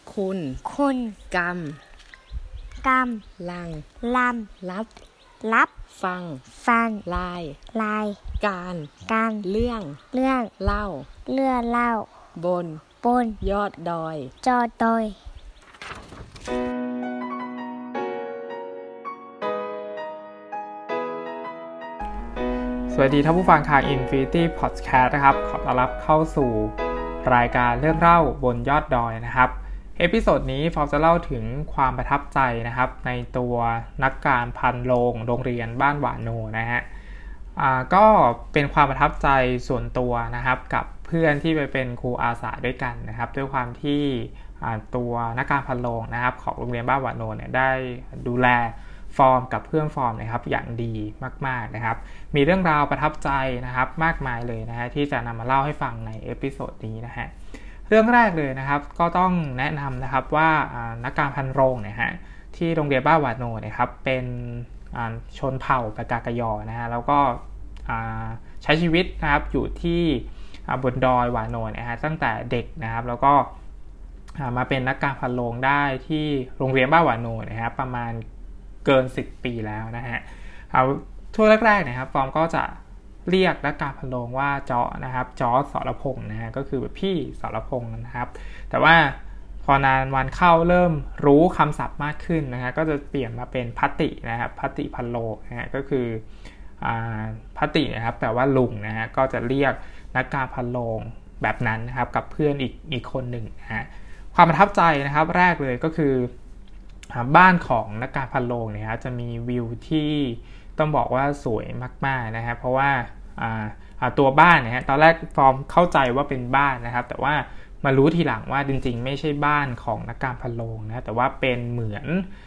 คุณกรรมลังรับฟังลายการเรื่องเล่าบนยอดดอยสวัสดีท่านผู้ฟังทาง Infinity Podcast นะครับขอต้อนรับเข้าสู่รายการเรื่องเล่าบนยอดดอยนะครับเอพิโซดนี้ฟอร์มจะเล่าถึงความประทับใจนะครับในตัวนักการพันโรงเรียนบ้านหวานโนนะฮะก็เป็นความประทับใจส่วนตัวนะครับกับเพื่อนที่ไปเป็นครูอาสาด้วยกันนะครับด้วยความที่ตัวนักการพันโรงนะครับของโรงเรียนบ้านหวานโนเนี่ยได้ดูแลฟอร์มกับเพื่อนฟอร์มนะครับอย่างดีมากๆนะครับมีเรื่องราวประทับใจนะครับมากมายเลยนะฮะที่จะนำมาเล่าให้ฟังในเอพิโซดนี้นะฮะเรื่องแรกเลยนะครับก็ต้องแนะนำนะครับว่านักการพันโรงเนี่ยฮะที่โรงเรียนบ้านหวานโนเนี่ยครับเป็นชนเผ่าปากากยอนะฮะแล้วก็ใช้ชีวิตนะครับอยู่ที่บนดอยหวานโนนะฮะตั้งแต่เด็กนะครับแล้วก็มาเป็นนักการพันโรงได้ที่โรงเรียนบ้านหวานโนนะครับประมาณเกิน10 ปีแล้วนะฮะช่วงแรกๆนะครับฟอร์มก็จะเรียกนักการพันโรงว่าจอนะครับจอสรพงษ์นะฮะก็คือแบบพี่สรพงษ์นะครับแต่ว่าพอนานวันเข้าเริ่มรู้คำศัพท์มากขึ้นนะฮะก็จะเปลี่ยนมาเป็นพัตตินะครับพัตติพันโรงนะฮะก็คือพัตตินะครับแปลว่าลุงนะฮะก็จะเรียกนักการพันโรงแบบนั้นนะครับกับเพื่อนอีกคนหนึ่งนะฮะความประทับใจนะครับแรกเลยก็คือบ้านของนักการพันโรงเนี่ยจะมีวิวที่ต้องบอกว่าสวยมากๆนะครับเพราะว่าตัวบ้านเนี่ยตอนแรกฟอร์มเข้าใจว่าเป็นบ้านนะครับแต่ว่ามารู้ทีหลังว่าจริงๆไม่ใช่บ้านของนักการพันโรงนะแต่ว่าเป็นเหมื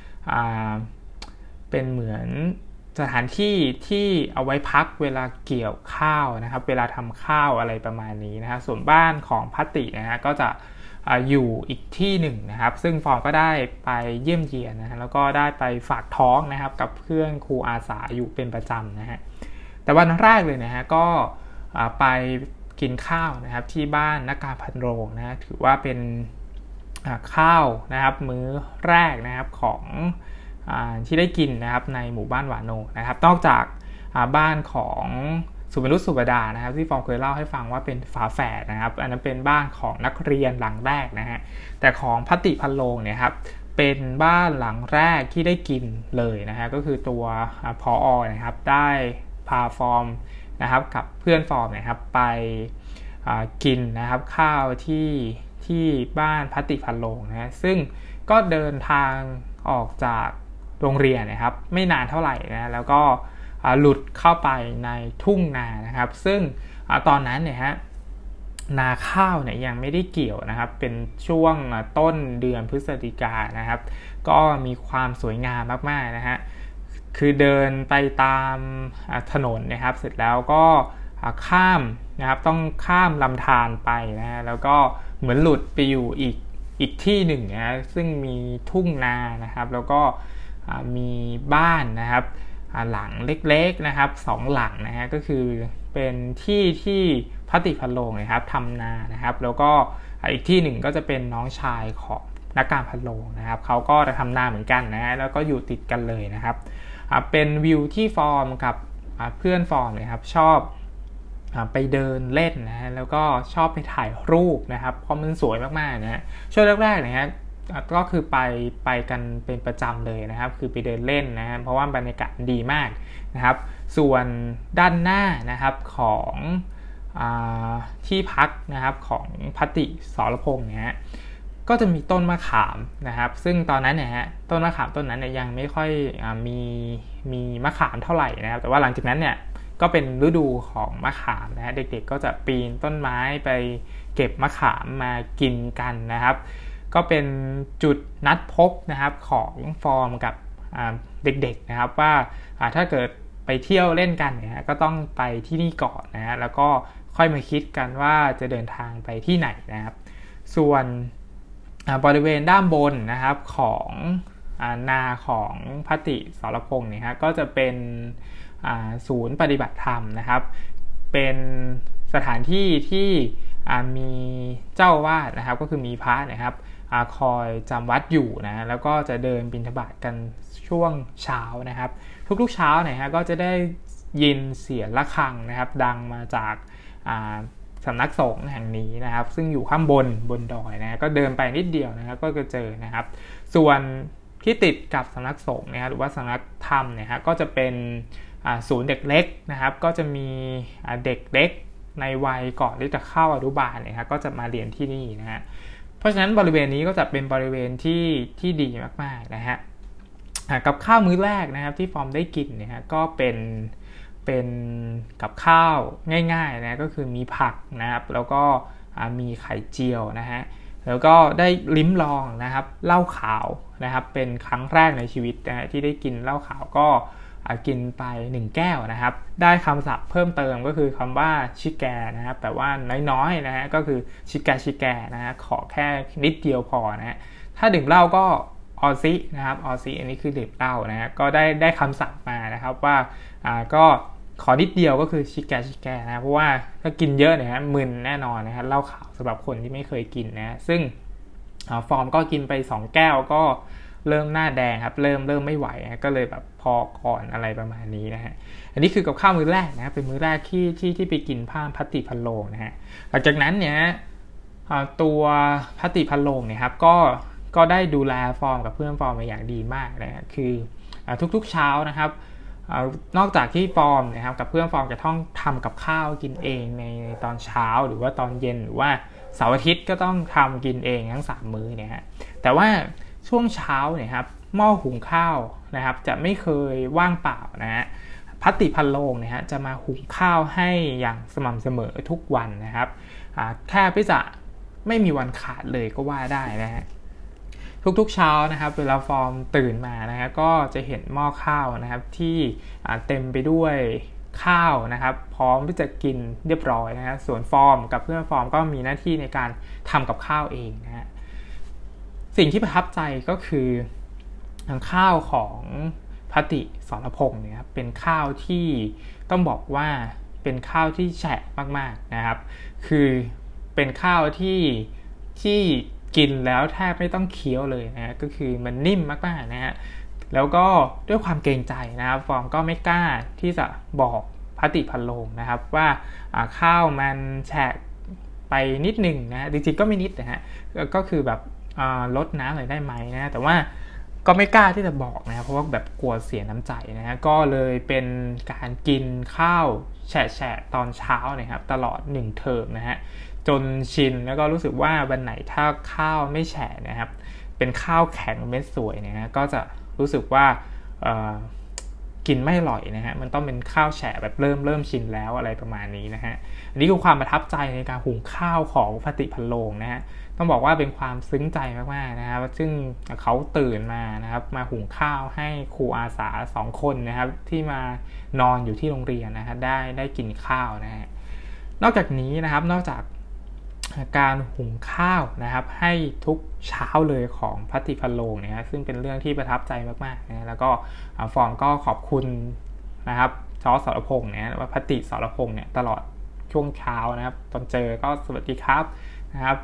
อนสถานที่ที่เอาไว้พักเวลาเกี่ยวข้าวนะครับเวลาทำข้าวอะไรประมาณนี้นะฮะส่วนบ้านของพัตตินะฮะก็จะอยู่อีกที่หนึ่งนะครับซึ่งฟอร์มก็ได้ไปเยี่ยมเยียนนะฮะแล้วก็ได้ไปฝากท้องนะครับกับเพื่อนครูอาสาอยู่เป็นประจำนะฮะแต่วันแรกเลยนะฮะก็ไปกินข้าวนะครับที่บ้านนักการพันโรงนะฮะถือว่าเป็นข้าวนะครับมื้อแรกนะครับของที่ได้กินนะครับในหมู่บ้านหวานโนนะครับนอกจากบ้านของสุวรรณุสุวดานะครับที่ฟอร์มเคยเล่าให้ฟังว่าเป็นฝาแฝดนะครับอันนั้นเป็นบ้านของนักเรียนหลังแรกนะฮะแต่ของพัตติพันโรงเนี่ยครับเป็นบ้านหลังแรกที่ได้กินเลยนะฮะก็คือตัวผอ.นะครับได้พาฟอร์มนะครับกับเพื่อนฟอร์มนะครับไปกินนะครับข้าวที่บ้านพัตติพันโรงนะฮะซึ่งก็เดินทางออกจากโรงเรียนนะครับไม่นานเท่าไหร่นะแล้วก็หลุดเข้าไปในทุ่งนานะครับซึ่งตอนนั้นเนี่ยฮะนาข้าวเนี่ยยังไม่ได้เกี่ยวนะครับเป็นช่วงต้นเดือนพฤศจิกายนนะครับก็มีความสวยงามมากๆนะฮะคือเดินไปตามถนนนะครับเสร็จแล้วก็ข้ามนะครับต้องข้ามลำธารไปนะฮะแล้วก็เหมือนหลุดไปอยู่อีกที่หนึ่งนะซึ่งมีทุ่งนานะครับแล้วก็มีบ้านนะครับหลังเล็กๆนะครับ2 หลังนะฮะก็คือเป็นที่พัตติพันโรงนะครับทำนานะครับแล้วก็อีกที่หนึ่งก็จะเป็นน้องชายของนักการพันโรงนะครับเขาก็จะทำนาเหมือนกันนะแล้วก็อยู่ติดกันเลยนะครับเป็นวิวที่ฟอร์มกับเพื่อนฟอร์มนะครับชอบไปเดินเล่นนะฮะแล้วก็ชอบไปถ่ายรูปนะครับเพราะมันสวยมากๆนะฮะช่วงแรกๆนะฮะก็คือไปกันเป็นประจำเลยนะครับคือไปเดินเล่นนะฮะเพราะว่าบรรยากาศดีมากนะครับส่วนด้านหน้านะครับของที่พักนะครับของพัตติสรพงษ์เนี่ยก็จะมีต้นมะขามนะครับซึ่งตอนนั้นเนี่ยฮะต้นมะขามต้นนั้นเนี่ยยังไม่ค่อยมีมะขามเท่าไหร่นะครับแต่ว่าหลังจากนั้นเนี่ยก็เป็นฤดูของมะขามนะฮะเด็กๆก็จะปีนต้นไม้ไปเก็บมะขามมากินกันนะครับก็เป็นจุดนัดพบนะครับของฟอร์มกับเด็กๆนะครับว่าถ้าเกิดไปเที่ยวเล่นกันเนี่ยก็ต้องไปที่นี่ก่อนนะฮะแล้วก็ค่อยมาคิดกันว่าจะเดินทางไปที่ไหนนะครับส่วนบริเวณด้านบนนะครับของนาของพัตติสรพงษ์เนี่ยฮะก็จะเป็นศูนย์ปฏิบัติธรรมนะครับเป็นสถานที่ที่มีเจ้าวาดนะครับก็คือมีพระนะครับคอยจำวัดอยู่นะแล้วก็จะเดินบิณฑบาตกันช่วงเช้านะครับทุกๆเช้าเนี่ยฮะก็จะได้ยินเสียงระฆังนะครับดังมาจากสำนักสงฆ์แห่งนี้นะครับซึ่งอยู่ข้างบนดอยนะก็เดินไปนิดเดียวนะครับก็จะเจอนะครับส่วนที่ติดกับสำนักสงฆ์นะหรือว่าสำนักธรรมเนี่ยฮะก็จะเป็นศูนย์เด็กเล็กนะครับก็จะมีเด็กเล็กในวัยก่อนที่จะเข้าอนุบาลเนี่ยฮะก็จะมาเรียนที่นี่นะฮะเพราะฉะนั้นบริเวณนี้ก็จะเป็นบริเวณที่ดีมากๆนะฮะกับข้าวมื้อแรกนะครับที่ฟอร์มได้กินเนี่ยฮะก็เป็นกับข้าวง่ายๆนะก็คือมีผักนะครับแล้วก็มีไข่เจียวนะฮะแล้วก็ได้ลิ้มลองนะครับเหล้าขาวนะครับเป็นครั้งแรกในชีวิตนะที่ได้กินเหล้าขาวก็กินไป1แก้วนะครับได้คำศัพท์เพิ่มเติมก็คือคำว่าชิแกนะครับแปลว่าน้อยๆนะฮะก็คือชิแกนะฮะขอแค่นิดเดียวพอนะฮะถ้าดื่มเหล้าก็ออซินะครับออซิอันนี้คือดื่มเหล้านะฮะก็ได้คำศัพท์มานะครับว่าก็ขอนิดเดียวก็คือชิแกนะเพราะว่าถ้ากินเยอะเนี่ยฮะมึนแน่นอนนะฮะเหล้าขาวสำหรับคนที่ไม่เคยกินนะซึ่งฟอร์มก็กินไป2แก้วก็เริ่มหน้าแดงครับเริ่มไม่ไหวก็เลยแบบพอก่อนอะไรประมาณนี้นะฮะอันนี้คือกับข้าวมื้อแรกนะเป็นมื้อแรกที่ไปกินพัตติพันโลงนะฮะหลังจากนั้นเนี่ยตัวพัตติพันโลงเนี่ยครับก็ได้ดูแลฟอร์มกับเพื่อนฟอร์มมาอย่างดีมากนะฮะคือทุกๆเช้านะครับนอกจากที่ฟอร์มนะครับกับเพื่อนฟอร์มจะต้องทำกับข้าวกินเองในตอนเช้าหรือว่าตอนเย็นหรือว่าเสาร์อาทิตย์ก็ต้องทำกินเองทั้ง3มื้อเนี่ยฮะแต่ว่าช่วงเช้าเนี่ยครับหม้อหุงข้าวนะครับจะไม่เคยว่างเปล่านะฮะพัตติพันโลงเนี่ยฮะจะมาหุงข้าวให้อย่างสม่ำเสมอทุกวันนะครับแทบจะไม่มีวันขาดเลยก็ว่าได้นะฮะทุกๆเช้านะครับเวลาฟอร์มตื่นมานะฮะก็จะเห็นหม้อข้าวนะครับที่เต็มไปด้วยข้าวนะครับพร้อมที่จะกินเรียบร้อยนะฮะส่วนฟอร์มกับเพื่อนฟอร์มก็มีหน้าที่ในการทำกับข้าวเองนะฮะสิ่งที่ประทับใจก็คือข้าวของพัตติสรพงษ์เนี่ยครับเป็นข้าวที่ต้องบอกว่าเป็นข้าวที่แฉะมากๆนะครับคือเป็นข้าวที่กินแล้วแทบไม่ต้องเคี้ยวเลยนะก็คือมันนิ่มมากๆนะฮะแล้วก็ด้วยความเกรงใจนะครับฟอร์มก็ไม่กล้าที่จะบอกพัตติพันโลงนะครับว่าข้าวมันแฉะไปนิดหนึ่งนะจริงๆก็ไม่นิดนะฮะก็คือแบบลดน้ำหน่อยได้ไหมนะแต่ว่าก็ไม่กล้าที่จะบอกนะเพราะว่าแบบกลัวเสียน้ำใจนะฮะก็เลยเป็นการกินข้าวแฉะตอนเช้านะครับตลอด1เทอมนะฮะจนชินแล้วก็รู้สึกว่าวันไหนถ้าข้าวไม่แฉะนะครับเป็นข้าวแข็งเม็ดสวยนะฮะก็จะรู้สึกว่ากินไม่อร่อยนะฮะมันต้องเป็นข้าวแฉะแบบเริ่มชินแล้วอะไรประมาณนี้นะฮะอันนี้คือความประทับใจในการหุงข้าวของพัตติพันโลงนะฮะต้องบอกว่าเป็นความซึ้งใจมากๆนะครับซึ่งเขาตื่นมานะครับมาหุงข้าวให้ครูอาสา2คนนะครับที่มานอนอยู่ที่โรงเรียนนะฮะได้กินข้าวนะฮะนอกจากนี้นะครับนอกจากการหุงข้าวนะครับให้ทุกเช้าเลยของพัตติพันโลงนะฮะซึ่งเป็นเรื่องที่ประทับใจมากๆนะแล้วก็ฟอร์มก็ขอบคุณนะครับจอสรพงษ์นะว่าพัตติสรพงษ์เนี่ยตลอดช่วงเช้านะครับตอนเจอก็สวัสดีครับนะครับ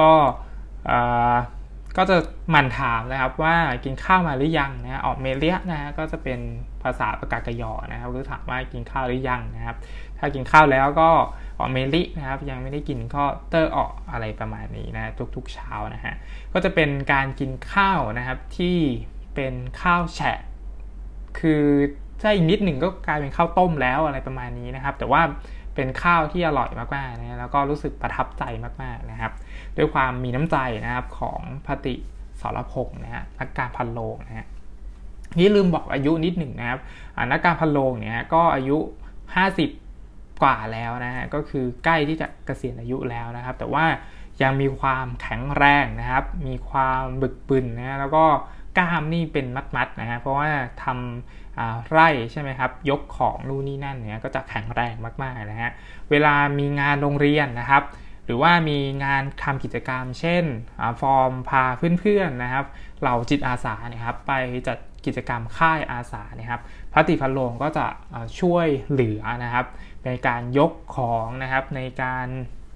ก็จะหมั่นถามนะครับว่ากินข้าวมาหรือยังนะออกเมเลียนะฮะก็จะเป็นภาษาปากกยอนะครับคือถามว่ากินข้าวหรือยังนะครับถ้ากินข้าวแล้วก็ออกเมลินะครับยังไม่ได้กินก็เตอร์ออกอะไรประมาณนี้นะทุกๆเช้านะฮะก็จะเป็นการกินข้าวนะครับที่เป็นข้าวแฉะคือถ้าอีกนิดหนึ่งก็กลายเป็นข้าวต้มแล้วอะไรประมาณนี้นะครับแต่ว่าเป็นข้าวที่อร่อยมากๆนะแล้วก็รู้สึกประทับใจมากๆนะครับด้วยความมีน้ำใจนะครับของพัตติสรพงษ์นะฮะนักการพันโลงนะฮะนี่ลืมบอกอายุนิดหนึ่งนะครับนักการพันโลงเนี่ยก็อายุ50กว่าแล้วนะฮะก็คือใกล้ที่จะเกษียณอายุแล้วนะครับแต่ว่ายังมีความแข็งแรงนะครับมีความบึกบึนนะแล้วก็กล้ามนี่เป็นมัดๆนะฮะเพราะว่าทำไร่ใช่ไหมครับยกของนู่นนี่นั่นเนี่ยก็จะแข็งแรงมากๆนะฮะเวลามีงานโรงเรียนนะครับหรือว่ามีงานทำกิจกรรมเช่นฟอร์มพาเพื่อนๆนะครับเหล่าจิตอาสาเนี่ยครับไปจัดกิจกรรมค่ายอาสานะครับพัตติพันโลงก็จะช่วยเหลือนะครับในการยกของนะครับในการ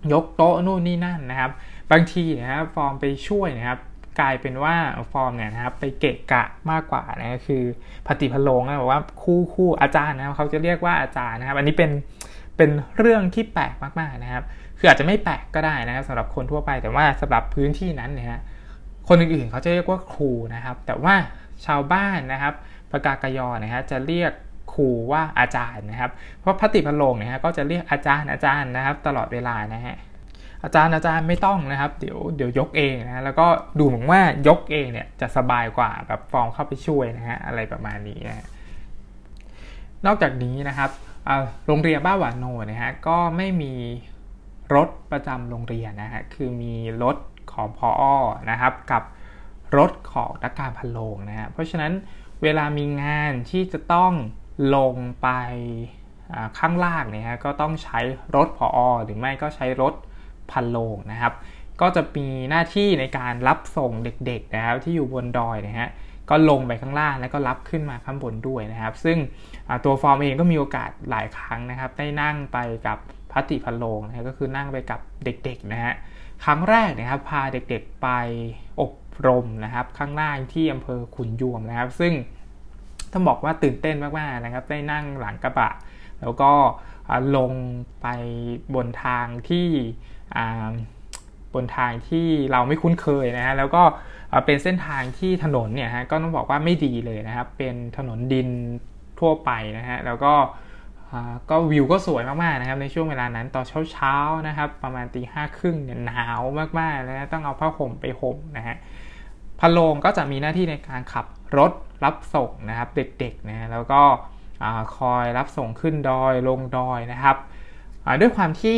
ยกโต๊ะนู่นนี่นั่นนะครับบางทีนะครับฟอร์มไปช่วยนะครับกลายเป็นว่าฟอร์มเนี่ยนะครับไปเกะกะมากกว่านะคือปฏิพโลงนะบอกว่าคู่อาจารย์นะครับเขาจะเรียกว่าอาจารย์นะครับอันนี้เป็นเรื่องที่แปลกมากๆนะครับคืออาจจะไม่แปลกก็ได้นะครับสำหรับคนทั่วไปแต่ว่าสำหรับพื้นที่นั้นเนี่ยฮะคนอื่นๆเขาจะเรียกว่าครูนะครับแต่ว่าชาวบ้านนะครับปากากยอนะฮะจะเรียกครูว่าอาจารย์นะครับเพราะปฏิพโลงเนี่ยฮะก็จะเรียกอาจารย์นะครับตลอดเวลานะฮะอาจารย์ไม่ต้องนะครับเดี๋ยวยกเองนะแล้วก็ดูเหมือนว่ายกเองเนี่ยจะสบายกว่าแบบฟอร์มเข้าไปช่วยนะฮะอะไรประมาณนี้นะนอกจากนี้นะครับโรงเรียนบ้านหวานโนนะฮะก็ไม่มีรถประจำโรงเรียนนะฮะคือมีรถของผอ.นะครับกับรถของนักการพันโรงนะฮะเพราะฉะนั้นเวลามีงานที่จะต้องลงไปข้างล่างเนี่ยฮะก็ต้องใช้รถผอ.หรือไม่ก็ใช้รถพันโรงนะครับก็จะมีหน้าที่ในการรับส่งเด็กๆนะครับที่อยู่บนดอยนะฮะก็ลงไปข้างล่างแล้วก็รับขึ้นมาข้างบนด้วยนะครับซึ่งตัวฟอร์มเองก็มีโอกาสหลายครั้งนะครับได้นั่งไปกับปฏิพโลงนะก็คือนั่งไปกับเด็กๆนะฮะครั้งแรกนะครับพาเด็กๆไปอบรมนะครับข้างล่างที่อำเภอขุนยวมนะครับซึ่งต้องบอกว่าตื่นเต้นมากๆนะครับได้นั่งหลังกระบะแล้วก็ลงไปบนทางที่เราไม่คุ้นเคยนะฮะแล้วก็เป็นเส้นทางที่ถนนเนี่ยฮะก็ต้องบอกว่าไม่ดีเลยนะครับเป็นถนนดินทั่วไปนะฮะแล้วก็วิวก็สวยมากๆนะครับในช่วงเวลานั้นตอนเช้านะครับประมาณ 5:30 เนี่ยหนาวมากๆนะต้องเอาผ้าห่มไปห่มนะฮะพะโลงก็จะมีหน้าที่ในการขับรถรับส่งนะครับเด็กๆนะแล้วก็คอยรับส่งขึ้นดอยลงดอยนะครับด้วยความที่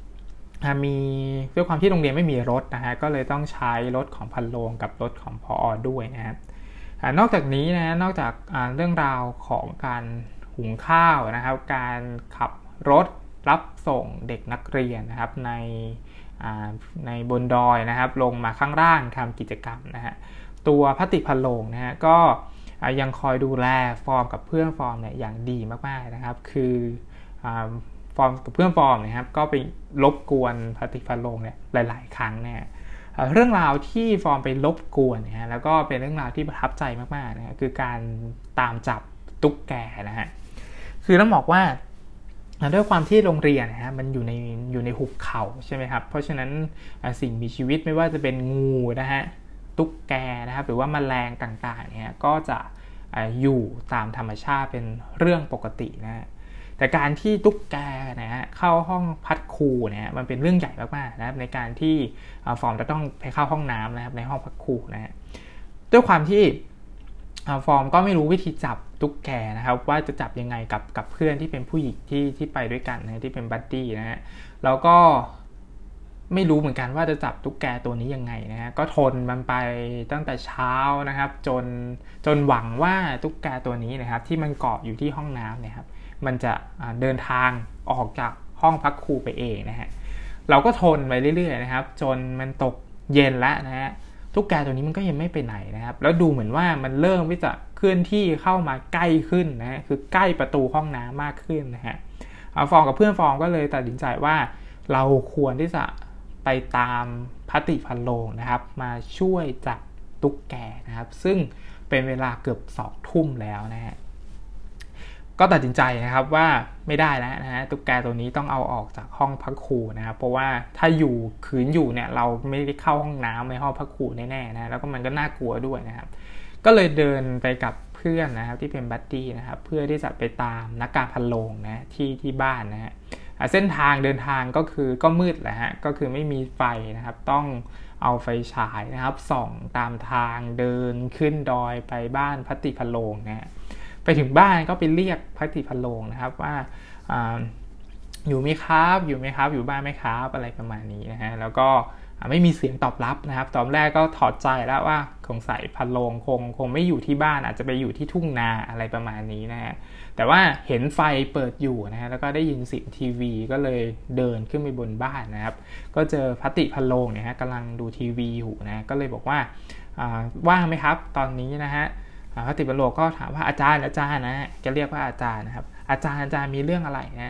โรงเรียนไม่มีรถนะฮะก็เลยต้องใช้รถของพันโรงกับรถของผอ.ด้วยนะครับนอกจากนี้นะนอกจากเรื่องราวของการหุงข้าวนะครับการขับรถรับส่งเด็กนักเรียนนะครับในบนดอยนะครับลงมาข้างล่างทำกิจกรรมนะฮะตัวปฏิพโลงนะฮะก็ยังคอยดูแลฟอร์มกับเพื่อนฟอร์มเนี่ยอย่างดีมากๆนะครับคือฟอร์มกับเพื่อนฟอร์มนะครับก็ไปรบกวนปฏิพโลงเนี่ยหลายๆครั้งเนี่ยเรื่องราวที่ฟอร์มไปรบกวนนะฮะแล้วก็เป็นเรื่องราวที่ประทับใจมากๆนะคือการตามจับตุ๊กแกนะฮะคือต้องบอกว่าด้วยความที่โรงเรียนนะฮะมันอยู่ในหุบเขาใช่ไหมครับเพราะฉะนั้นสิ่งมีชีวิตไม่ว่าจะเป็นงูนะฮะตุ๊กแกนะครับหรือว่าแมลงต่างๆเนี่ยก็จะอยู่ตามธรรมชาติเป็นเรื่องปกตินะแต่การที่ตุ๊กแกนะฮะเข้าห้องพักครูเนี่ยมันเป็นเรื่องใหญ่มากๆนะครับในการที่ฟอร์มจะต้องไปเข้าห้องน้ำนะครับในห้องพักครูนะฮะด้วยความที่ฟอร์มก็ไม่รู้วิธีจับตุ๊กแกนะครับว่าจะจับยังไงกับเพื่อนที่เป็นผู้หญิงที่ไปด้วยกันนะที่เป็นบัดดี้นะฮะแล้วก็ไม่รู้เหมือนกันว่าจะจับตุ๊กแกตัวนี้ยังไงนะฮะก็ทนมันไปตั้งแต่เช้านะครับจนหวังว่าตุ๊กแกตัวนี้นะครับที่มันเกาะอยู่ที่ห้องน้ำเนี่ยครับมันจะเดินทางออกจากห้องพักครูไปเองนะฮะเราก็ทนไปเรื่อยๆนะครับจนมันตกเย็นแล้วนะฮะตุ๊กแกตัวนี้มันก็ยังไม่ไปไหนนะครับแล้วดูเหมือนว่ามันเริ่มที่จะเคลื่อนที่เข้ามาใกล้ขึ้นนะฮะคือใกล้ประตูห้องน้ำมากขึ้นนะฮะฟอร์มกับเพื่อนฟอร์มก็เลยตัดสินใจว่าเราควรที่จะไปตามปฏิพโลงนะครับมาช่วยจับตุ๊กแกนะครับซึ่งเป็นเวลาเกือบ 20:00 แล้วนะฮะก็ตัดสินใจนะครับว่าไม่ได้แล้วนะฮะตุ๊กแกตัวนี้ต้องเอาออกจากห้องพักครูนะครับเพราะว่าถ้าขืนอยู่เนี่ยเราไม่ได้เข้าห้องน้ำในห้องพักครูแน่ๆนะแล้วก็มันก็น่ากลัวด้วยนะครับก็เลยเดินไปกับเพื่อนนะครับที่เป็นบัดดี้นะครับเพื่อที่จะไปตามนักการพันโรงนะที่บ้านนะฮะเส้นทางเดินทางก็มืดแหละฮะก็คือไม่มีไฟนะครับต้องเอาไฟฉายนะครับส่องตามทางเดินขึ้นดอยไปบ้านปฏิพโลงนะฮะไปถึงบ้านก็ไปเรียกปฏิพโลงนะครับว่าอยู่ไหมครับอยู่บ้านไหมครับอะไรประมาณนี้นะฮะแล้วก็ไม่มีเสียงตอบรับนะครับตอนแรกก็ถอดใจแล้วว่าสงสัยพะโลงคงไม่อยู่ที่บ้านอาจจะไปอยู่ที่ทุ่งนาอะไรประมาณนี้นะฮะแต่ว่าเห็นไฟเปิดอยู่นะฮะแล้วก็ได้ยินเสียงทีวีก็เลยเดินขึ้นไปบนบ้านนะครับก็เจอปฏิพโลงเนี่ยฮะกำลังดูทีวีอยู่นะก็เลยบอกว่าว่างไหมครับตอนนี้นะฮะปฏิพโลงก็ถามว่าอาจารย์นะจะเรียกว่าอาจารย์นะครับอาจารย์มีเรื่องอะไรนะ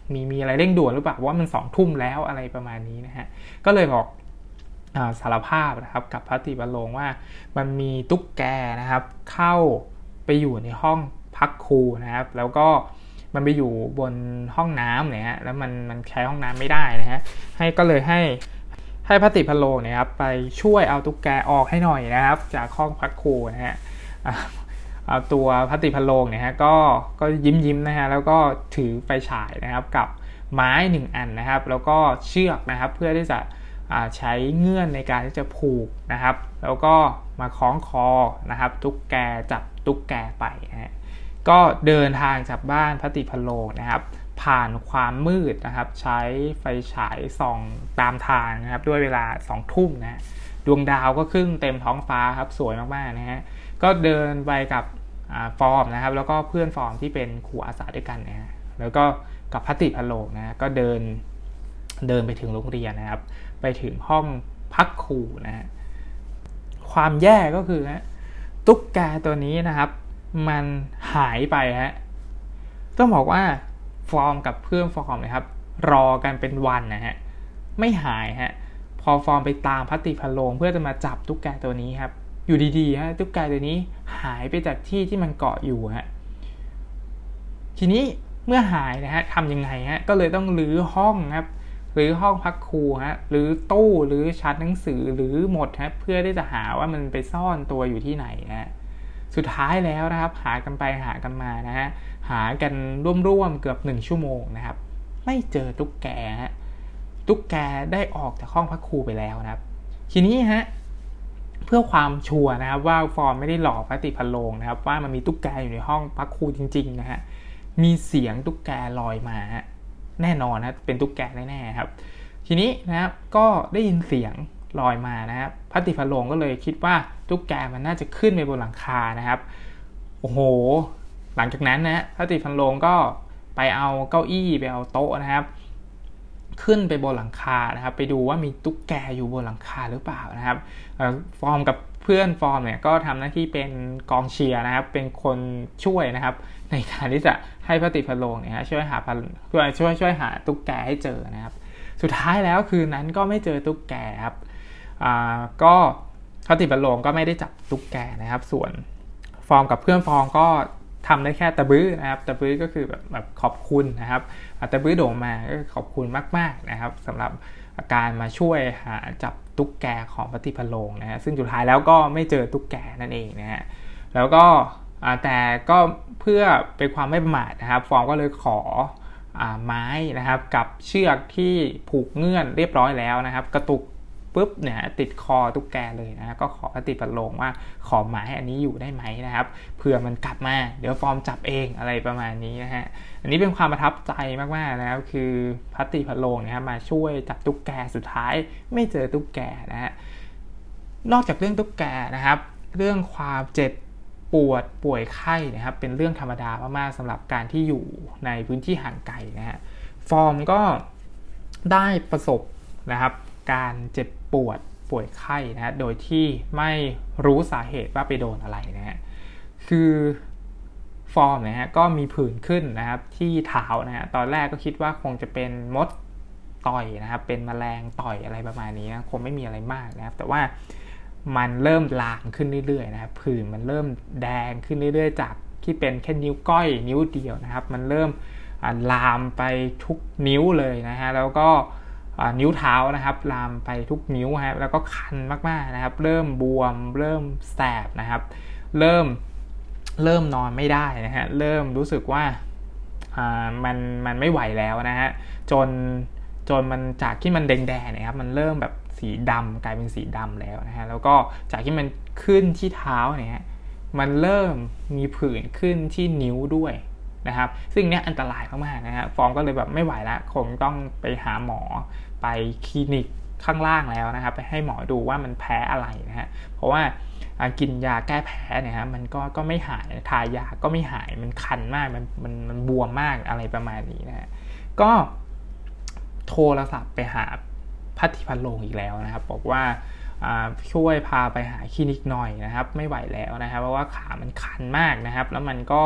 มีอะไรเร่งด่วนหรือเปล่าว่ามัน2 ทุ่มแล้วอะไรประมาณนี้นะฮะก็เลยบอกสารภาพนะครับกับพระติปโลงว่ามันมีตุ๊กแกนะครับเข้าไปอยู่ในห้องพักครูนะครับแล้วก็มันไปอยู่บนห้องน้ำเนี่ยแล้วมันใช้ห้องน้ำไม่ได้นะฮะก็เลยให้พระติปโลงเนี่ยครับไปช่วยเอาตุ๊กแกออกให้หน่อยนะครับจากห้องพักครูนะฮะเอาตัวพระติปโลงเนี่ยฮะก็ยิ้มนะฮะแล้วก็ถือไฟฉายนะครับกับไม้1 อันนะครับแล้วก็เชือกนะครับเพื่อที่จะใช้เงื่อนในการที่จะผูกนะครับแล้วก็มาคล้องคอนะครับตุ๊กแกจับตุ๊กแกไปนะฮะก็เดินทางจากบ้านพระติปโลงนะครับผ่านความมืดนะครับใช้ไฟฉายส่องตามทางนะครับด้วยเวลา2 ทุ่มนะดวงดาวก็ขึ้นเต็มท้องฟ้าครับสวยมากๆนะฮะก็เดินไปกับฟอร์มนะครับแล้วก็เพื่อนฟอร์มที่เป็นครูอาสาด้วยกันนะแล้วก็กับพระติปโลงนะก็เดินไปถึงโรงเรียนนะครับไปถึงห้องพักครูนะฮะความแย่ก็คือตุ๊กแกตัวนี้นะครับมันหายไปฮะต้องบอกว่าฟอร์มกับเพื่อนฟอร์มนะครับรอกันเป็นวันนะฮะไม่หายฮะพอฟอร์มไปตามพระติปโลงเพื่อจะมาจับตุ๊กแกตัวนี้ครับอยู่ดีๆฮะตุ๊กแกตัวนี้หายไปจากที่มันเกาะอยู่ฮะทีนี้เมื่อหายนะฮะทำยังไงฮะก็เลยต้องรื้อห้องครับหรือห้องพักครูฮะหรือตู้หรือชั้นหนังสือหรือหมดฮะเพื่อที่จะหาว่ามันไปซ่อนตัวอยู่ที่ไหนนะสุดท้ายแล้วนะครับหากันไปหากันมานะฮะหากันร่วมๆเกือบ1 ชั่วโมงนะครับไม่เจอตุ๊กแกฮะตุ๊กแกได้ออกจากห้องพักครูไปแล้วนะครับทีนี้ฮะเพื่อความชัวร์นะครับว่าฟอร์มไม่ได้หลอกพระติปโลงนะครับว่ามันมีตุ๊กแกอยู่ในห้องพักครูจริงๆนะฮะมีเสียงตุ๊กแกลอยมาฮะแน่นอนนะเป็นตุ๊กแกแน่ๆครับทีนี้นะครับก็ได้ยินเสียงลอยมานะครับพระติปโลงก็เลยคิดว่าตุ๊กแกมันน่าจะขึ้นไปบนหลังคานะครับโอ้โหหลังจากนั้นนะพระติปโลงก็ไปเอาเก้าอี้ไปเอาโต๊ะนะครับขึ้นไปบนหลังคานะครับไปดูว่ามีตุ๊กแกอยู่บนหลังคาหรือเปล่านะครับฟอร์มกับเพื่อนฟอร์มเนี่ยก็ทำหน้าที่เป็นกองเชียร์นะครับเป็นคนช่วยนะครับในการที่จะให้พระติปโลงเนี่ยช่วยหาตุ๊กแกให้เจอนะครับสุดท้ายแล้วคืนนั้นก็ไม่เจอตุ๊กแกครับก็พระติปโลงก็ไม่ได้จับตุ๊กแกนะครับส่วนฟอร์มกับเพื่อนฟอร์มก็ทำได้แค่ตะบื้อนะครับตะบื้อก็คือแบบขอบคุณนะครับตะบื้อโด่งมาก็ขอบคุณมากๆนะครับสำหรับการมาช่วยหาจับตุ๊กแกของพระติปโลงนะฮะซึ่งสุดท้ายแล้วก็ไม่เจอตุ๊กแกนั่นเองนะฮะแล้วก็แต่ก็เพื่อเป็นความไม่ประมาทนะครับฟอร์มก็เลยขอไม้นะครับกับเชือกที่ผูกเงื่อนเรียบร้อยแล้วนะครับกระตุกปุ๊บเนี่ยติดคอตุ๊กแกเลยนะก็ขอพระติปโลงว่าขอไม้อันนี้อยู่ได้ไหมนะครับเผื่อมันกลับมาเดี๋ยวฟอร์มจับเองอะไรประมาณนี้นะฮะอันนี้เป็นความประทับใจมากๆนะครับคือพระติปโลงนะครับมาช่วยจับตุ๊กแกสุดท้ายไม่เจอตุ๊กแกนะฮะนอกจากเรื่องตุ๊กแกนะครับเรื่องความเจ็บป่วยไข้นะครับเป็นเรื่องธรรมดามากๆสำหรับการที่อยู่ในพื้นที่ห่างไกลนะฮะฟอร์มก็ได้ประสบนะครับการเจ็บป่วยไข้นะฮะโดยที่ไม่รู้สาเหตุว่าไปโดนอะไรนะฮะคือฟอร์มนะฮะก็มีผื่นขึ้นนะครับที่เท้านะฮะตอนแรกก็คิดว่าคงจะเป็นมดต่อยนะครับเป็นแมลงต่อยอะไรประมาณนี้นะคงไม่มีอะไรมากนะครับแต่ว่ามันเริ่มลามขึ้นเรื่อยๆนะครับผื่นมันเริ่มแดงขึ้นเรื่อยๆจากที่เป็นแค่นิ้วก้อยนิ้วเดียวนะครับมันเริ่มลามไปทุกนิ้วเลยนะฮะแล้วก็นิ้วเท้านะครับลามไปทุกนิ้วฮะแล้วก็คันมากๆนะครับเริ่มบวมเริ่มแสบนะครับเริ่มนอนไม่ได้นะฮะเริ่มรู้สึกว่ามันไม่ไหวแล้วนะฮะจนมันจากที่มันแดงๆนะครับมันเริ่มแบบสีดำกลายเป็นสีดำแล้วนะฮะแล้วก็จากที่มันขึ้นที่เท้าเนี่ยมันเริ่มมีผื่นขึ้นที่นิ้วด้วยนะครับซึ่งเนี้ยอันตรายมากๆนะฮะฟอร์มก็เลยแบบไม่ไหวแล้วคงต้องไปหาหมอไปคลินิกข้างล่างแล้วนะครับไปให้หมอดูว่ามันแพ้อะไรนะฮะเพราะว่ากินยาแก้แพ้เนี่ยฮะมันก็ไม่หายทายาก็ไม่หายมันคันมากมันบวมมากอะไรประมาณนี้นะฮะก็โทรศัพท์ไปหาพระติปโลงอีกแล้วนะครับบอกว่าช่วยพาไปหาคลินิกหน่อยนะครับไม่ไหวแล้วนะครับเพราะว่าขามันคันมากนะครับแล้วมันก็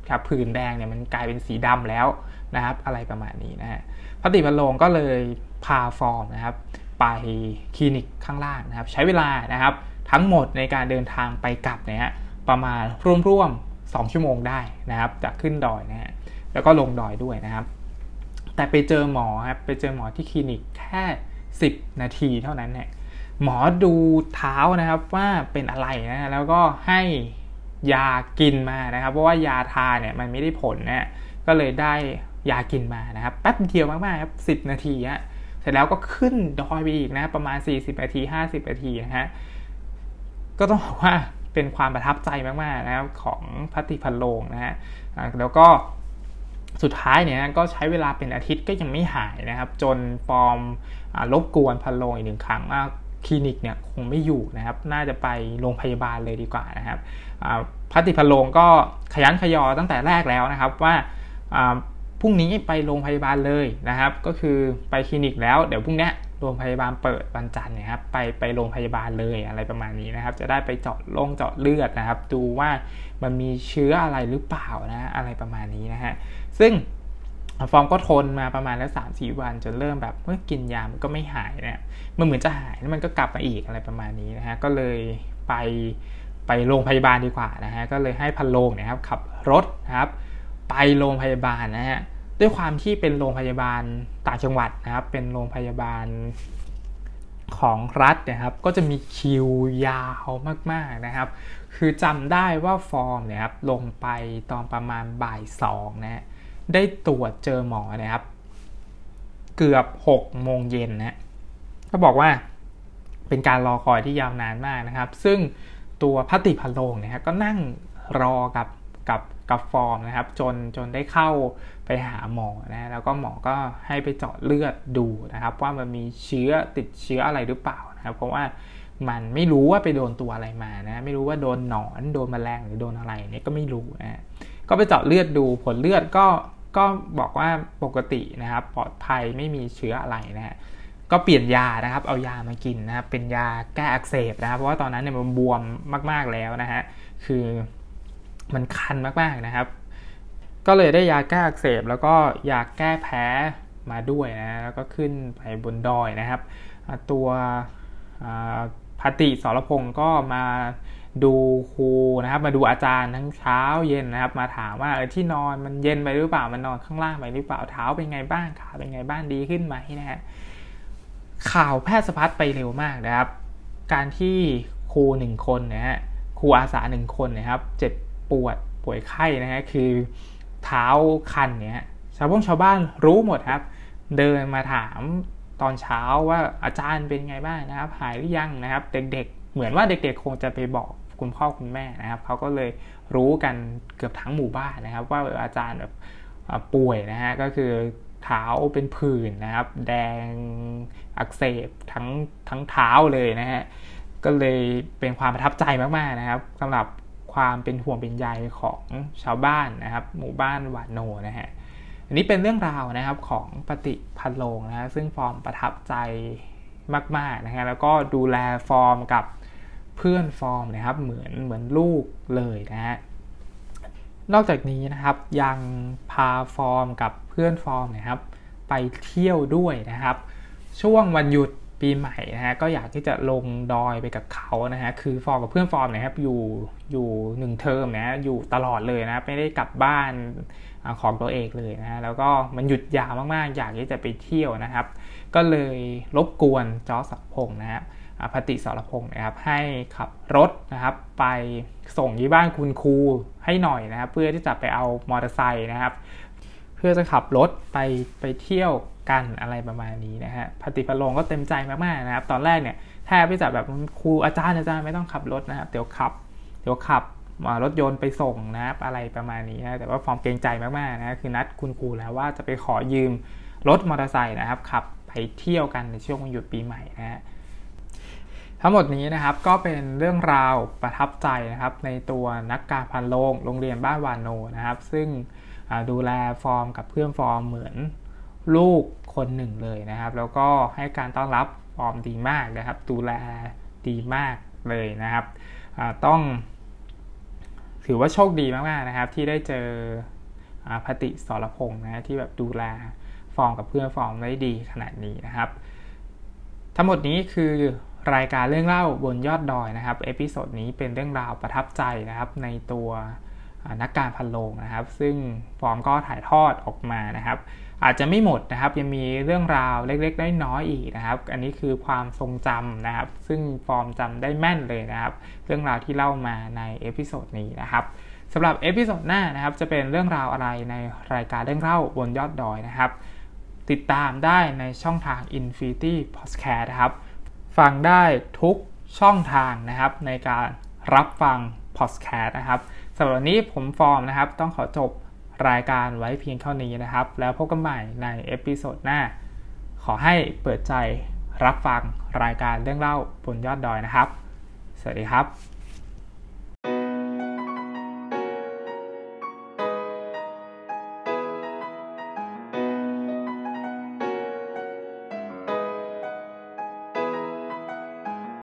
ครับผื่นแดงเนี่ยมันกลายเป็นสีดำแล้วนะครับอะไรประมาณนี้นะฮะพระติพะโลงก็เลยพาฟอร์มนะครับไปคลินิกข้างล่างนะครับใช้เวลานะครับทั้งหมดในการเดินทางไปกลับเนี่ยประมาณร่วมๆ2 ชั่วโมงได้นะครับจากขึ้นดอยนะฮะแล้วก็ลงดอยด้วยนะครับแต่ไปเจอหมอครับไปเจอหมอที่คลินิกแค่10 นาทีเท่านั้นเนี่ยหมอดูเท้านะครับว่าเป็นอะไรนะแล้วก็ให้ยากินมานะครับเพราะว่ายาทาเนี่ยมันไม่ได้ผลนะก็เลยได้ยากินมานะครับแป๊บเดียวมากๆครับ10 นาทีฮะเสร็จแล้วก็ขึ้นดอยไปอีกนะประมาณ40 นาที50 นาทีนะฮะก็ต้องบอกว่าเป็นความประทับใจมากๆนะครับของพระติพะโลงนะฮะแล้วก็สุดท้ายเนี่ยก็ใช้เวลาเป็นอาทิตย์ก็ยังไม่หายนะครับจนฟอร์มรบกวนพะโลงอีก1 ครั้งว่าคลินิกเนี่ยคงไม่อยู่นะครับน่าจะไปโรงพยาบาลเลยดีกว่านะครับพระติพะโลงก็ขยันขยอตั้งแต่แรกแล้วนะครับว่าพรุ่งนี้ไปโรงพยาบาลเลยนะครับก็คือไปคลินิกแล้วเดี๋ยวพรุ่งนี้โรงพยาบาลเปิดวันจันทร์เนี่ยครับไปโรงพยาบาลเลยอะไรประมาณนี้นะครับจะได้ไปเจาะเลือดนะครับดูว่ามันมีเชื้ออะไรหรือเปล่านะอะไรประมาณนี้นะฮะซึ่งฟอร์มก็ทนมาประมาณแล้ว 3-4 วันจนเริ่มแบบเมื่อกินยามันก็ไม่หายเนี่ยมันเหมือนจะหายแล้วมันก็กลับมาอีกอะไรประมาณนี้นะฮะก็เลยไปโรงพยาบาลดีกว่านะฮะก็เลยให้พะโลงเนี่ยครับขับรถนะครับไปโรงพยาบาลนะฮะด้วยความที่เป็นโรงพยาบาลต่างจังหวัดนะครับเป็นโรงพยาบาลของรัฐนะครับก็จะมีคิวยาวมากๆนะครับคือจำได้ว่าฟอร์มเนี่ยครับลงไปตอนประมาณบ่าย 2นะได้ตรวจเจอหมอนะครับเกือบ6 โมงเย็นนะก็บอกว่าเป็นการรอคอยที่ยาวนานมากนะครับซึ่งตัวพระติพะโลงเนี่ยก็นั่งรอกับฟอร์มนะครับจนได้เข้าไปหาหมอนะแล้วก็หมอก็ให้ไปเจาะเลือดดูนะครับว่ามันมีติดเชื้ออะไรหรือเปล่านะครับเพราะว่ามันไม่รู้ว่าไปโดนตัวอะไรมานะไม่รู้ว่าโดนหนอนโดนแมลงหรือโดนอะไรเนี่ยก็ไม่รู้นะก็ไปเจาะเลือดดูผลเลือดก็บอกว่าปกตินะครับปลอดภัยไม่มีเชื้ออะไรนะฮะก็เปลี่ยนยานะครับเอายามากินนะครับเป็นยาแก้อักเสบนะครับเพราะว่าตอนนั้นเนี่ยมันบวมมากๆแล้วนะฮะคือมันคันมากๆนะครับก็เลยได้ยาแก้อักเสบแล้วก็ยาแก้แพ้มาด้วยนะแล้วก็ขึ้นไปบนดอยนะครับตัวพติสรพงศ์ก็มาดูครูนะครับมาดูอาจารย์ทั้งเช้าเย็นนะครับมาถามว่าที่นอนมันเย็นไปหรือเปล่ามันนอนข้างล่างไปหรือเปล่าเท้าเป็นไงบ้างขาเป็นไงบ้างดีขึ้นไหมนะฮะข่าวแพร่สะพัดไปเร็วมากนะครับการที่ครู1 คนนะฮะครูอาสา1 คนนะครับเจ็บป่วยไข้นะฮะคือเท้าคันเนี่ยชาวบ้านรู้หมดครับเดินมาถามตอนเช้าว่าอาจารย์เป็นไงบ้างนะครับหายหรือยังนะครับเด็กๆเหมือนว่าเด็กๆคงจะไปบอกคุณพ่อคุณแม่นะครับเขาก็เลยรู้กันเกือบทั้งหมู่บ้านนะครับว่าอาจารย์แบบป่วยนะฮะก็คือเท้าเป็นผื่นนะครับแดงอักเสบทั้งเท้าเลยนะฮะก็เลยเป็นความประทับใจมากๆนะครับสำหรับความเป็นห่วงเป็นใยของชาวบ้านนะครับหมู่บ้านหวานโนนะฮะอันนี้เป็นเรื่องราวนะครับของปฏิพะโลงนะฮะซึ่งฟอร์มประทับใจมากๆนะฮะแล้วก็ดูแลฟอร์มกับเพื่อนฟอร์มนะครับเหมือนลูกเลยนะฮะนอกจากนี้นะครับยังพาฟอร์มกับเพื่อนฟอร์มนะครับไปเที่ยวด้วยนะครับช่วงวันหยุดปีใหม่นะฮะก็อยากที่จะลงดอยไปกับเขานะฮะคือฟอร์มกับเพื่อนฟอร์มนะครับอยู่1 เทอมนะอยู่ตลอดเลยนะไม่ได้กลับบ้านของตัวเองเลยนะฮะแล้วก็มันหยุดยาวมากๆอยากที่จะไปเที่ยวนะครับก็เลยรบกวนจอสรพงษ์นะครับพติสรพงษ์นะครับให้ขับรถนะครับไปส่งที่บ้านคุณครูให้หน่อยนะครับเพื่อที่จะไปเอามอเตอร์ไซค์นะครับเพื่อจะขับรถไปเที่ยวกันอะไรประมาณนี้นะฮะพติพะโลงก็เต็มใจมากๆนะครับตอนแรกเนี่ยแทบไม่จะแบบครูอาจารย์ไม่ต้องขับรถนะครับเดี๋ยวขับรถยนต์ไปส่งนะครับอะไรประมาณนี้นะแต่ว่าฟอร์มเกรงใจมากๆนะคือนัดคุณครูแล้วว่าจะไปขอยืมรถมอเตอร์ไซค์นะครับขับไปเที่ยวกันในช่วงวันหยุดปีใหม่นะฮะทั้งหมดนี้นะครับก็เป็นเรื่องราวประทับใจนะครับในตัวนักการพะโลงโรงเรียนบ้านวานโนนะครับซึ่งดูแลฟอร์มกับเพื่อนฟอร์มเหมือนลูกคนหนึ่งเลยนะครับแล้วก็ให้การต้อนรับฟอร์มดีมากนะครับดูแลดีมากเลยนะครับต้องถือว่าโชคดีมากๆนะครับที่ได้เจอพติ สรพงษ์นะที่แบบดูแลฟอร์มกับเพื่อนฟอร์มได้ดีขนาดนี้นะครับทั้งหมดนี้คือรายการเรื่องเล่าบนยอดดอยนะครับเอพิโซดนี้เป็นเรื่องราวประทับใจนะครับในตัวนักการพันโลงนะครับซึ่งฟอร์มก็ถ่ายทอดออกมานะครับอาจจะไม่หมดนะครับยังมีเรื่องราวเล็กๆน้อยๆอีกนะครับอันนี้คือความทรงจำนะครับซึ่งฟอร์มจำได้แม่นเลยนะครับเรื่องราวที่เล่ามาในเอพิโซดนี้นะครับสำหรับเอพิโซดหน้านะครับจะเป็นเรื่องราวอะไรในรายการเรื่องเล่าบนยอดดอยนะครับติดตามได้ในช่องทาง Infinity Podcast นะครับฟังได้ทุกช่องทางนะครับในการรับฟัง Podcast นะครับสำหรับวันนี้ผมฟอร์มนะครับต้องขอจบรายการไว้เพียงเท่านี้นะครับแล้วพบกันใหม่ในเอพิโซดหน้าขอให้เปิดใจรับฟังรายการเรื่องเล่าบนยอดดอยนะครับสวัสดีครับ